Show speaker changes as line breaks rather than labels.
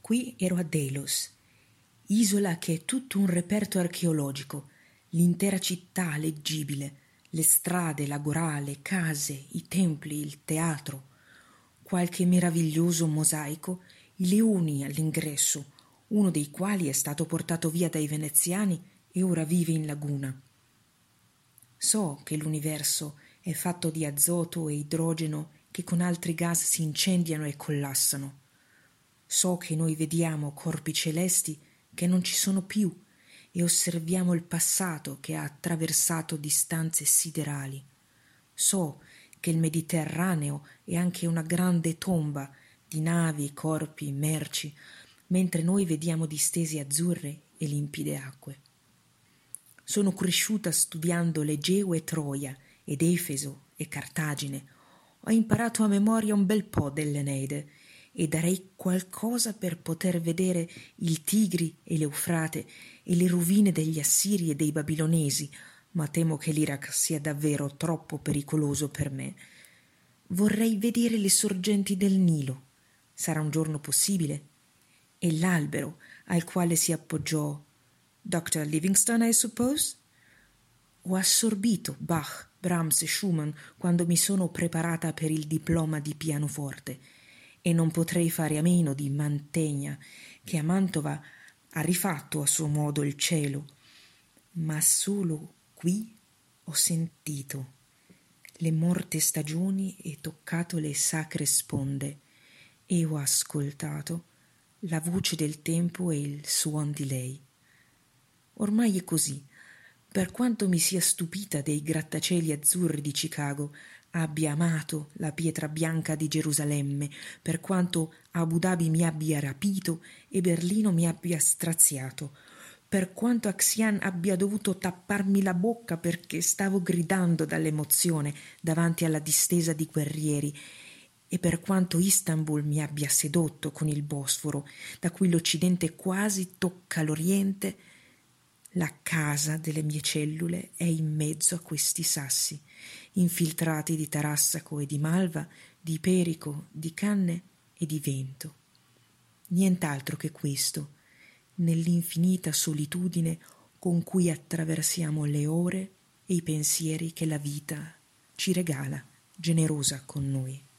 Qui ero a Delos, isola che è tutto un reperto archeologico, l'intera città leggibile, le strade, l'agorà, le case, i templi, il teatro, qualche meraviglioso mosaico, i leoni all'ingresso, uno dei quali è stato portato via dai veneziani e ora vive in laguna. So che l'universo è fatto di azoto e idrogeno che con altri gas si incendiano e collassano. So che noi vediamo corpi celesti che non ci sono più e osserviamo il passato che ha attraversato distanze siderali. So che il Mediterraneo è anche una grande tomba di navi, corpi, merci, mentre noi vediamo distese azzurre e limpide acque. Sono cresciuta studiando l'Egeo e Troia, ed Efeso e Cartagine. Ho imparato a memoria un bel po' dell'Eneide e darei qualcosa per poter vedere il Tigri e l'Eufrate e le rovine degli Assiri e dei Babilonesi, ma temo che l'Iraq sia davvero troppo pericoloso per me. Vorrei vedere le sorgenti del Nilo. Sarà un giorno possibile? E l'albero al quale si appoggiò Dr. Livingstone, I suppose? Ho assorbito Bach, Brahms e Schumann quando mi sono preparata per il diploma di pianoforte e non potrei fare a meno di Mantegna, che a Mantova ha rifatto a suo modo il cielo. Ma solo qui ho sentito le morte stagioni e toccato le sacre sponde e ho ascoltato la voce del tempo e il suon di lei. Ormai è così. Per quanto mi sia stupita dei grattacieli azzurri di Chicago, abbia amato la pietra bianca di Gerusalemme, per quanto Abu Dhabi mi abbia rapito e Berlino mi abbia straziato, per quanto a Xi'an abbia dovuto tapparmi la bocca perché stavo gridando dall'emozione davanti alla distesa di guerrieri, e per quanto Istanbul mi abbia sedotto con il Bosforo, da cui l'Occidente quasi tocca l'Oriente, la casa delle mie cellule è in mezzo a questi sassi, infiltrati di tarassaco e di malva, di perico, di canne e di vento. Nient'altro che questo, nell'infinita solitudine con cui attraversiamo le ore e i pensieri che la vita ci regala, generosa con noi.